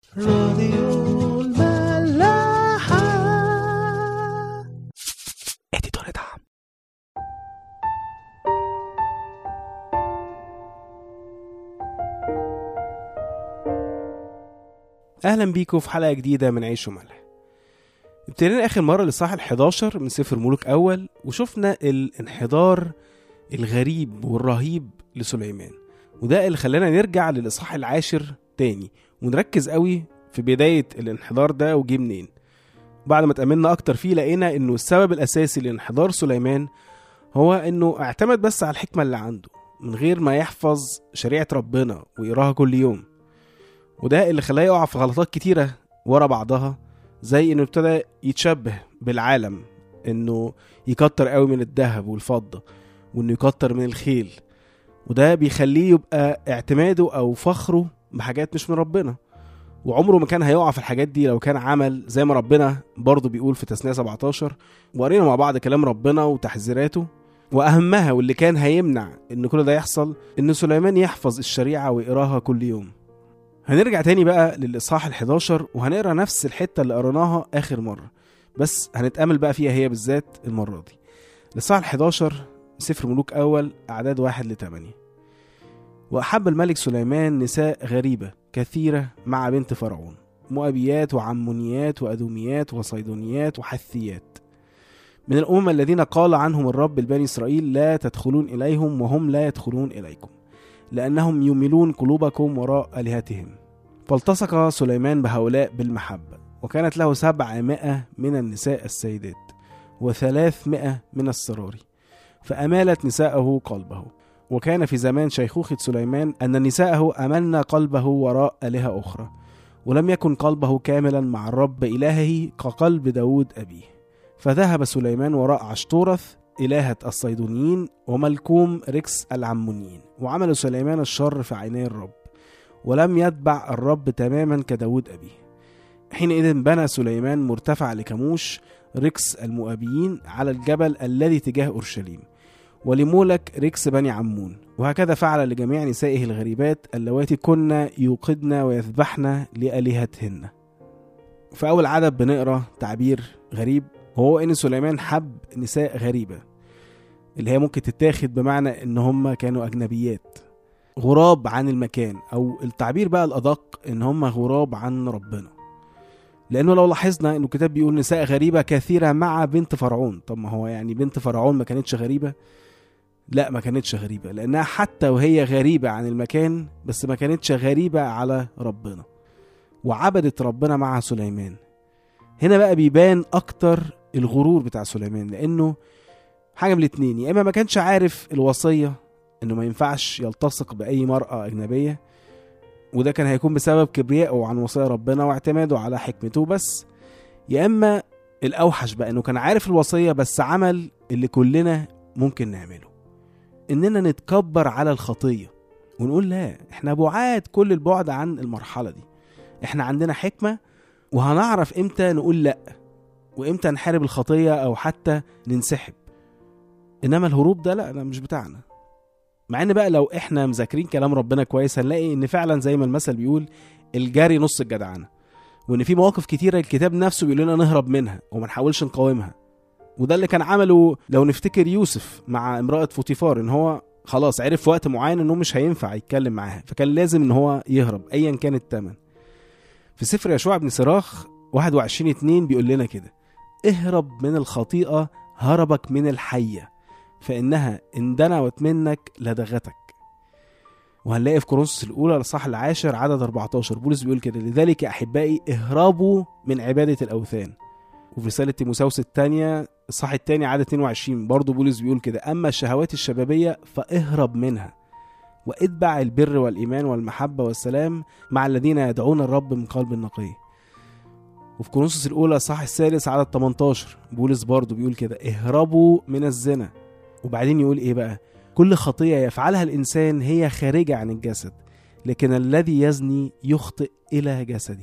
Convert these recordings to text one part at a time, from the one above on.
راديو الملاحة. اديتور دعم. اهلا بيكم في حلقة جديدة من عيش وملح. ابتدينا اخر مرة للصح 11 من سفر ملوك اول، وشفنا الانحدار الغريب والرهيب لسليمان، وده اللي خلانا نرجع للإصحاح 10 تاني ونركز قوي في بداية الانحدار ده وجي منين. بعد ما تأملنا أكتر فيه لقينا إنه السبب الأساسي لانحدار سليمان هو إنه اعتمد بس على الحكمة اللي عنده من غير ما يحفظ شريعة ربنا ويقراها كل يوم، وده اللي خلاه يقع في غلطات كتيرة ورا بعضها، زي إنه ابتدى يتشبه بالعالم، إنه يكتر قوي من الذهب والفضة، وإنه يكتر من الخيل، وده بيخليه يبقى اعتماده أو فخره بحاجات مش من ربنا، وعمره ما كان هيقع في الحاجات دي لو كان عمل زي ما ربنا برضو بيقول في تثنية 17. وقرينا مع بعض كلام ربنا وتحذيراته، وأهمها واللي كان هيمنع إن كل ده يحصل إن سليمان يحفظ الشريعة ويقراها كل يوم. هنرجع تاني بقى للإصحاح 11 وهنقرأ نفس الحتة اللي قرناها آخر مرة، بس هنتأمل بقى فيها هي بالذات المرة دي. الإصحاح 11 سفر ملوك أول أعداد 1-8. وأحب الملك سليمان نساء غريبة كثيرة مع بنت فرعون، مؤبيات وعمونيات وأدوميات وصيدونيات وحثيات، من الأمم الذين قال عنهم الرب لبني إسرائيل لا تدخلون إليهم وهم لا يدخلون إليكم، لأنهم يميلون قلوبكم وراء آلهتهم. فالتصق سليمان بهؤلاء بالمحبة، وكانت له 700 من النساء السيدات و300 من السراري، فأمالت نساءه قلبه. وكان في زمان شيخوخة سليمان أن نساءه أملن قلبه وراء آلهة أخرى، ولم يكن قلبه كاملا مع الرب إلهه كقلب داود أبيه. فذهب سليمان وراء عشتورث إلهة الصيدونيين وملكوم ركس العمونيين، وعمل سليمان الشر في عيني الرب، ولم يتبع الرب تماما كداود أبيه. حينئذ بنى سليمان مرتفع لكموش ركس المؤبيين على الجبل الذي تجاه أورشليم، ولمولك ركس بني عمون، وهكذا فعل لجميع نسائه الغريبات اللواتي كنا يوقدن ويذبحن لآلهتهن. في أول عدد بنقرأ تعبير غريب، وهو إن سليمان حب نساء غريبة، اللي هي ممكن تتاخد بمعنى إن هم كانوا أجنبيات، غراب عن المكان، أو التعبير بقى الأدق إن هم غراب عن ربنا. لأنه لو لاحظنا إنه الكتاب بيقول نساء غريبة كثيرة مع بنت فرعون، طب ما هو يعني بنت فرعون ما كانتش غريبة؟ لا، ما كانتش غريبة، لأنها حتى وهي غريبة عن المكان بس ما كانتش غريبة على ربنا، وعبدت ربنا مع سليمان. هنا بقى بيبان أكتر الغرور بتاع سليمان، لأنه حاجة من الاتنين، يا إما ما كانش عارف الوصية إنه ما ينفعش يلتصق بأي مرأة أجنبية، وده كان هيكون بسبب كبريائه عن وصايا ربنا واعتماده على حكمته بس، يا إما الأوحش بقى إنه كان عارف الوصية بس عمل اللي كلنا ممكن نعمله، إننا نتكبر على الخطية ونقول لا، إحنا بعاد كل البعد عن المرحلة دي، إحنا عندنا حكمة وهنعرف إمتى نقول لا وإمتى نحارب الخطية أو حتى ننسحب. إنما الهروب ده لا، مش بتاعنا. مع إن بقى لو إحنا مذاكرين كلام ربنا كويس هنلاقي إن فعلا زي ما المثل بيقول الجري نص الجدعنة، وإن في مواقف كتيرة الكتاب نفسه بيقول لنا نهرب منها وما نحاولش نقاومها. وده اللي كان عمله لو نفتكر يوسف مع امرأة فوتيفار، إن هو خلاص عرف في وقت معين إنه مش هينفع يتكلم معاها، فكان لازم إن هو يهرب أيا كان الثمن. في سفر يشوع بن سراخ 21:2 بيقول لنا كده: اهرب من الخطيئة هربك من الحية، فإنها إن دنوت منك لدغتك. وهنلاقي في كورنثوس الأولى الإصحاح 10 عدد 14 بولس بيقول كده: لذلك يا أحبائي اهربوا من عبادة الأوثان. وفي رسالة تيموثاوس الثانية الإصحاح 2 عدد 22 برضو بولس بيقول كده: أما الشهوات الشبابية فاهرب منها، واتبع البر والإيمان والمحبة والسلام مع الذين يدعون الرب من قلب نقي. وفي كورنثوس الأولى الإصحاح 3 عدد 18 بولس برضو بيقول كده: اهربوا من الزنا. وبعدين يقول إيه بقى؟ كل خطية يفعلها الإنسان هي خارجة عن الجسد، لكن الذي يزني يخطئ إلى جسده.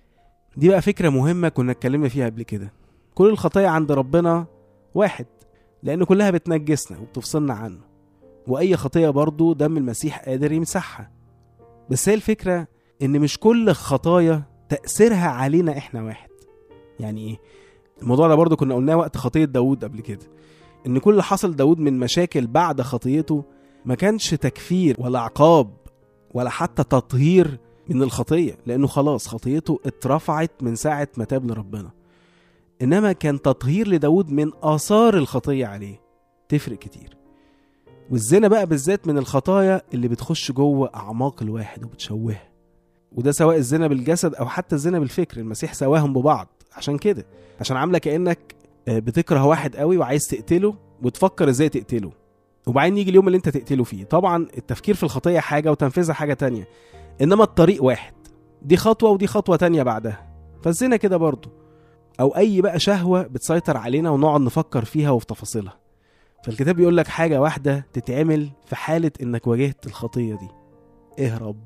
دي بقى فكرة مهمة كنا اتكلمنا فيها قبل كده. كل الخطايا عند ربنا واحد، لأن كلها بتنجسنا وبتفصلنا عنه، وأي خطية برضو دم المسيح قادر يمسحها. بس هي الفكرة إن مش كل الخطايا تأثيرها علينا احنا واحد. يعني ايه الموضوع ده؟ برضو كنا قلناه وقت خطية داود قبل كده، ان كل اللي حصل داود من مشاكل بعد خطيته ما كانش تكفير ولا عقاب ولا حتى تطهير من الخطية، لانه خلاص خطيته اترفعت من ساعة ما تاب لربنا، انما كان تطهير لداود من آثار الخطية عليه. تفرق كتير. والزنا بقى بالذات من الخطايا اللي بتخش جوه أعماق الواحد وبتشوهه، وده سواء الزنا بالجسد أو حتى الزنا بالفكر. المسيح سواهم ببعض عشان كده، عشان عاملة كأنك بتكره واحد قوي وعايز تقتله وتفكر ازاي تقتله، وبعدين يجي اليوم اللي انت تقتله فيه. طبعا التفكير في الخطية حاجة وتنفيذها حاجة تانية، انما الطريق واحد، دي خطوة ودي خطوة تانية بعدها. فالزنا كده برضو، او اي بقى شهوة بتسيطر علينا ونقعد نفكر فيها وفي تفاصيلها. فالكتاب بيقول لك حاجة واحدة تتعمل في حالة انك واجهت الخطية دي: اهرب.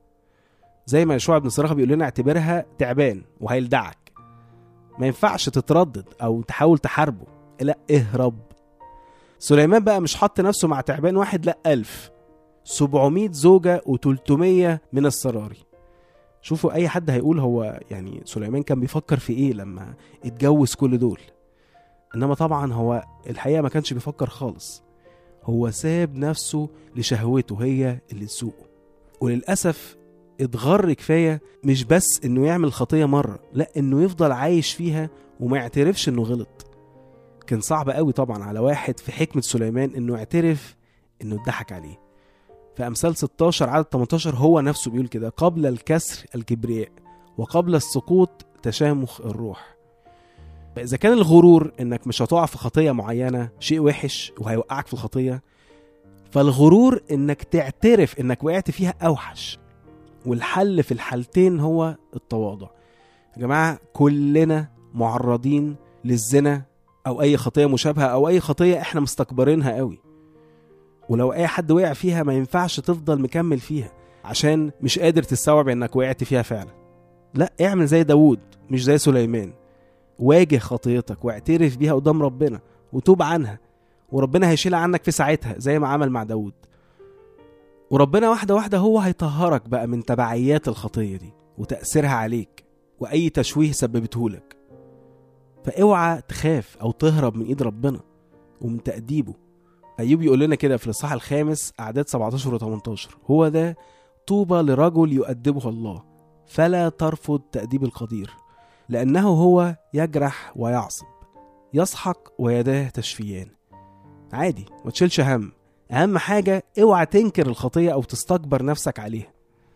زي ما يشوع بن صراخة بيقول لنا اعتبرها تعبان وهيلدعك، ما ينفعش تتردد او تحاول تحاربه، لا اهرب. سليمان بقى مش حط نفسه مع تعبان واحد، لا 1700 زوجة و300 من السراري. شوفوا اي حد هيقول هو يعني سليمان كان بيفكر في ايه لما اتجوز كل دول، انما طبعا هو الحقيقة ما كانش بيفكر خالص. هو ساب نفسه لشهوته هي اللي تسوقه، وللأسف اتغر كفاية مش بس انه يعمل خطية مرة، لا انه يفضل عايش فيها وما يعترفش انه غلط. كان صعب قوي طبعا على واحد في حكمة سليمان انه يعترف انه اتضحك عليه. في أمثال 16 عدد 18 هو نفسه بيقول كده: قبل الكسر الكبرياء وقبل السقوط تشامخ الروح. فإذا كان الغرور انك مش هتقع في خطية معينة شيء وحش وهيوقعك في الخطية، فالغرور انك تعترف انك وقعت فيها اوحش. والحل في الحالتين هو التواضع. يا جماعة كلنا معرضين للزنا او اي خطية مشابهة او اي خطية احنا مستكبرينها قوي، ولو اي حد وقع فيها ما ينفعش تفضل مكمل فيها عشان مش قادر تستوعب انك وقعت فيها فعلا. لا، اعمل زي داود مش زي سليمان. واجه خطيتك واعترف بيها قدام ربنا وتوب عنها، وربنا هيشيلها عنك في ساعتها زي ما عمل مع داود. وربنا واحدة واحدة هو هيطهرك بقى من تبعيات الخطية دي وتأثيرها عليك وأي تشويه سببتهولك. فاوعى تخاف أو تهرب من إيد ربنا ومن تأديبه. أيوب يقول لنا كده في الإصحاح 5 أعداد 17 و18: هو ده طوبى لرجل يؤدبه الله، فلا ترفض تأديب القدير، لأنه هو يجرح ويعصب، يسحق ويداه تشفيان. عادي، ما تشيلش هم. أهم حاجة اوعى تنكر الخطية أو تستكبر نفسك عليها.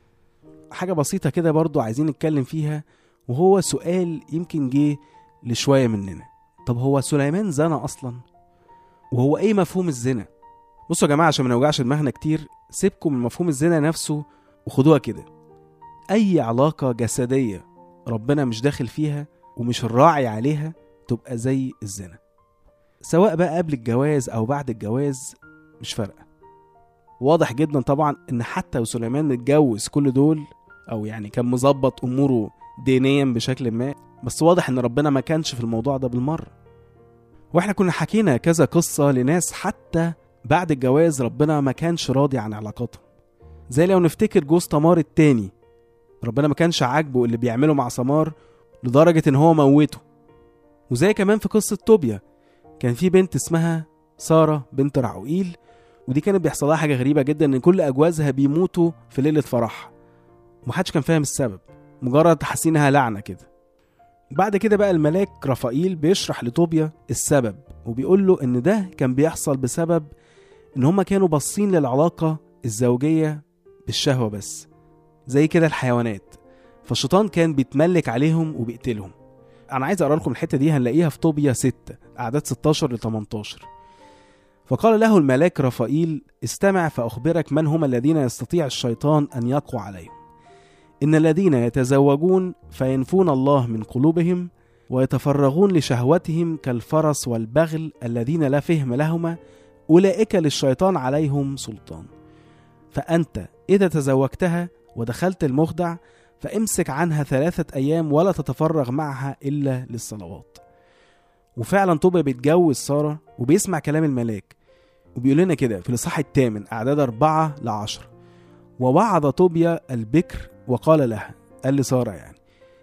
حاجة بسيطة كده برضو عايزين نتكلم فيها، وهو سؤال يمكن جه لشوية مننا: طب هو سليمان زنى أصلا؟ وهو ايه مفهوم الزنا؟ بصوا يا جماعة عشان ما نوجعش دماغنا كتير، سيبكم من مفهوم الزنا نفسه وخدوها كده: اي علاقة جسدية ربنا مش داخل فيها ومش الراعي عليها تبقى زي الزنا، سواء بقى قبل الجواز او بعد الجواز، مش فارقة. واضح جدا طبعا ان حتى وسليمان متجوز كل دول، او يعني كان مظبط اموره دينيا بشكل ما، بس واضح ان ربنا ما كانش في الموضوع ده بالمرة. واحنا كنا حكينا كذا قصة لناس حتى بعد الجواز ربنا ما كانش راضي عن علاقاتهم. زي لو نفتكر جوز تمار التاني، ربنا ما كانش عاجبه اللي بيعمله مع سمار لدرجة ان هو موته. وزي كمان في قصة توبيا، كان في بنت اسمها سارة بنت رعوئيل، ودي كانت بيحصلها حاجة غريبة جدا، ان كل اجوازها بيموتوا في ليلة فرح ومحدش كان فاهم السبب، مجرد حاسينها لعنة كده. بعد كده بقى الملاك رافائيل بيشرح لطوبيا السبب، وبيقول له ان ده كان بيحصل بسبب ان هما كانوا باصين للعلاقة الزوجية بالشهوة بس زي كده الحيوانات، فالشيطان كان بيتملك عليهم وبيقتلهم. انا عايز اقرا لكم الحتة دي، هنلاقيها في طوبيا 6 اعداد 16 ل 18. فقال له الملاك رافائيل: استمع فاخبرك من هم الذين يستطيع الشيطان ان يقوى عليهم. إن الذين يتزوجون فينفون الله من قلوبهم ويتفرغون لشهوتهم كالفرس والبغل الذين لا فهم لهما، أولئك للشيطان عليهم سلطان. فأنت إذا تزوجتها ودخلت المخدع فامسك عنها 3 أيام ولا تتفرغ معها إلا للصلوات. وفعلا طوبيا بيتجوز سارة وبيسمع كلام الملاك، وبيقول لنا كده في الإصحاح 8 أعداد 4 ل 10: ووعظ طوبيا البكر وقال لها، قال لسارة يعني: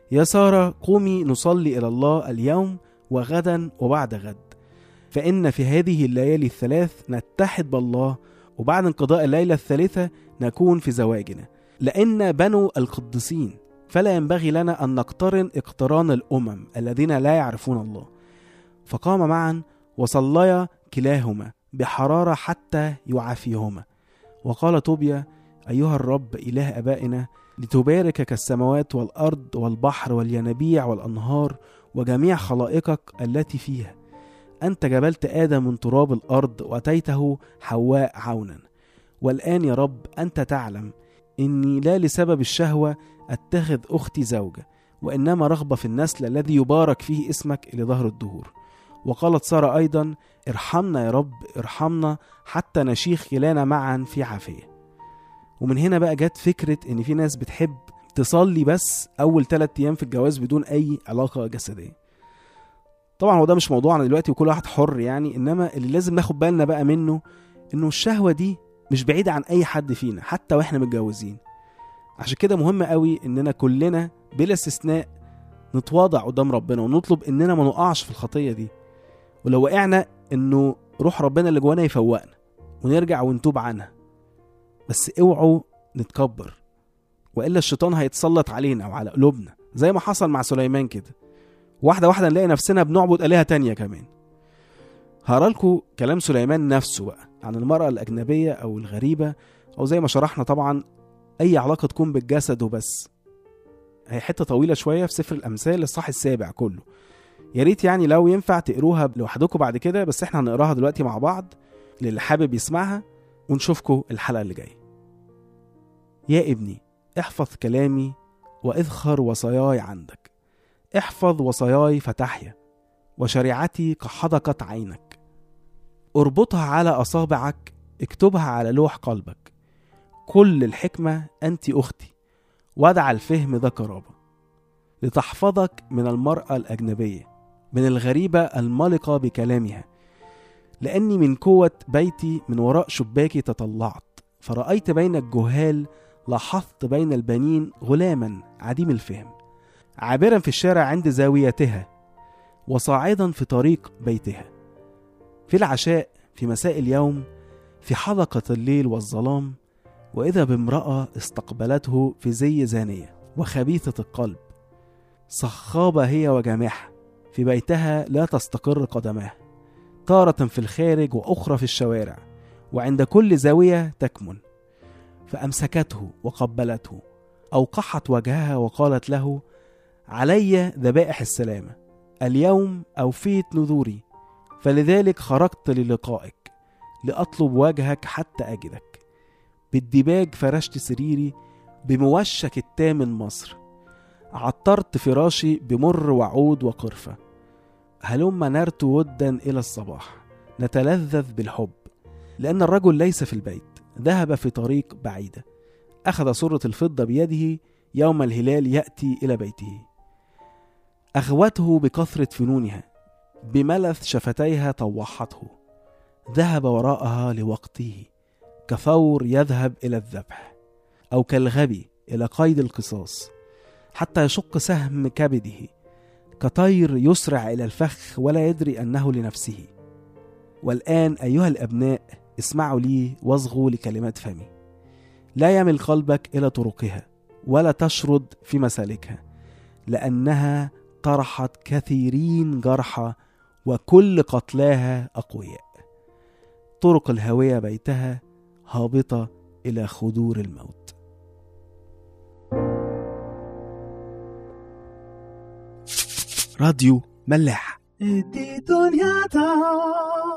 يا سارة قومي نصلي إلى الله اليوم وغدا وبعد غد، فإن في هذه الليالي الثلاث نتحد بالله، وبعد انقضاء الليلة الثالثة نكون في زواجنا، لأن بنو القديسين، فلا ينبغي لنا أن نقترن اقتران الأمم الذين لا يعرفون الله. فقام معا وصليا كلاهما بحرارة حتى يعافيهما. وقال طوبيا: أيها الرب إله أبائنا، لتباركك السماوات والأرض والبحر والينابيع والأنهار وجميع خلائقك التي فيها. أنت جبلت آدم من تراب الأرض وأتيته حواء عونا. والآن يا رب أنت تعلم إني لا لسبب الشهوة أتخذ أختي زوجة، وإنما رغبة في النسل الذي يبارك فيه اسمك إلى ظهر الدهور. وقالت سارة أيضا: ارحمنا يا رب، ارحمنا حتى نشيخ كلانا معا في عافية. ومن هنا بقى جت فكرة إن في ناس بتحب تصلي بس أول 3 أيام في الجواز بدون أي علاقة جسدية. طبعا هو ده مش موضوعنا دلوقتي وكل واحد حر يعني، إنما اللي لازم ناخد بالنا بقى منه إنه الشهوة دي مش بعيدة عن أي حد فينا حتى وإحنا متجوزين. عشان كده مهم قوي إننا كلنا بلا استثناء نتواضع قدام ربنا ونطلب إننا ما نقعش في الخطية دي، ولو وقعنا إنه روح ربنا اللي جوانا يفوقنا ونرجع ونتوب عنها. بس اوعوا نتكبر، وإلا الشيطان هيتسلط علينا وعلى قلوبنا زي ما حصل مع سليمان كده. واحدة واحدة نلاقي نفسنا بنعبد آلهة تانية كمان. هقرأ لكم كلام سليمان نفسه بقى عن المرأة الأجنبية أو الغريبة، أو زي ما شرحنا طبعا أي علاقة تكون بالجسد وبس. هي حتة طويلة شوية في سفر الأمثال الصح 7 كله، يا ريت يعني لو ينفع تقروها لوحدكم بعد كده، بس احنا هنقراها دلوقتي مع بعض للي حابب يسمعها، ونشوفكم الحلقة اللي جاية. يا ابني احفظ كلامي واذخر وصاياي عندك، احفظ وصاياي فتحيا، وشريعتي كحدقة عينك. اربطها على أصابعك، اكتبها على لوح قلبك. كل الحكمة أنت أختي، ودع الفهم ذا قرابة، لتحفظك من المرأة الأجنبية، من الغريبة الملقة بكلامها. لأني من قوة بيتي من وراء شباكي تطلعت، فرأيت بين الجهال، لاحظت بين البنين غلاما عديم الفهم، عابرا في الشارع عند زاويتها، وصاعدا في طريق بيتها، في العشاء، في مساء اليوم، في حدقة الليل والظلام، وإذا بامرأة استقبلته في زي زانية وخبيثة القلب، صخابة هي وجامحة، في بيتها لا تستقر قدمها، تارة في الخارج وأخرى في الشوارع، وعند كل زاوية تكمن. فأمسكته وقبلته، أوقحت وجهها وقالت له: علي ذبائح السلامة، اليوم أوفيت نذوري، فلذلك خرجت للقائك، لأطلب وجهك حتى أجدك. بالدباج فرشت سريري، بموشك التامن مصر، عطرت فراشي بمر وعود وقرفة. هلم نرت ودا إلى الصباح، نتلذذ بالحب، لأن الرجل ليس في البيت، ذهب في طريق بعيدة، أخذ صرة الفضة بيده، يوم الهلال يأتي إلى بيته. أغوته بكثرة فنونها، بملث شفتيها طوحته، ذهب وراءها لوقته، كثور يذهب إلى الذبح، أو كالغبي إلى قيد القصاص، حتى يشق سهم كبده، كطير يسرع إلى الفخ ولا يدري أنه لنفسه. والآن أيها الأبناء اسمعوا لي واصغوا لكلمات فمي. لا يمل قلبك إلى طرقها، ولا تشرد في مسالكها، لأنها طرحت كثيرين جرحى، وكل قتلاها أقوياء. طرق الهوية بيتها، هابطة إلى خدور الموت. راديو ملاح.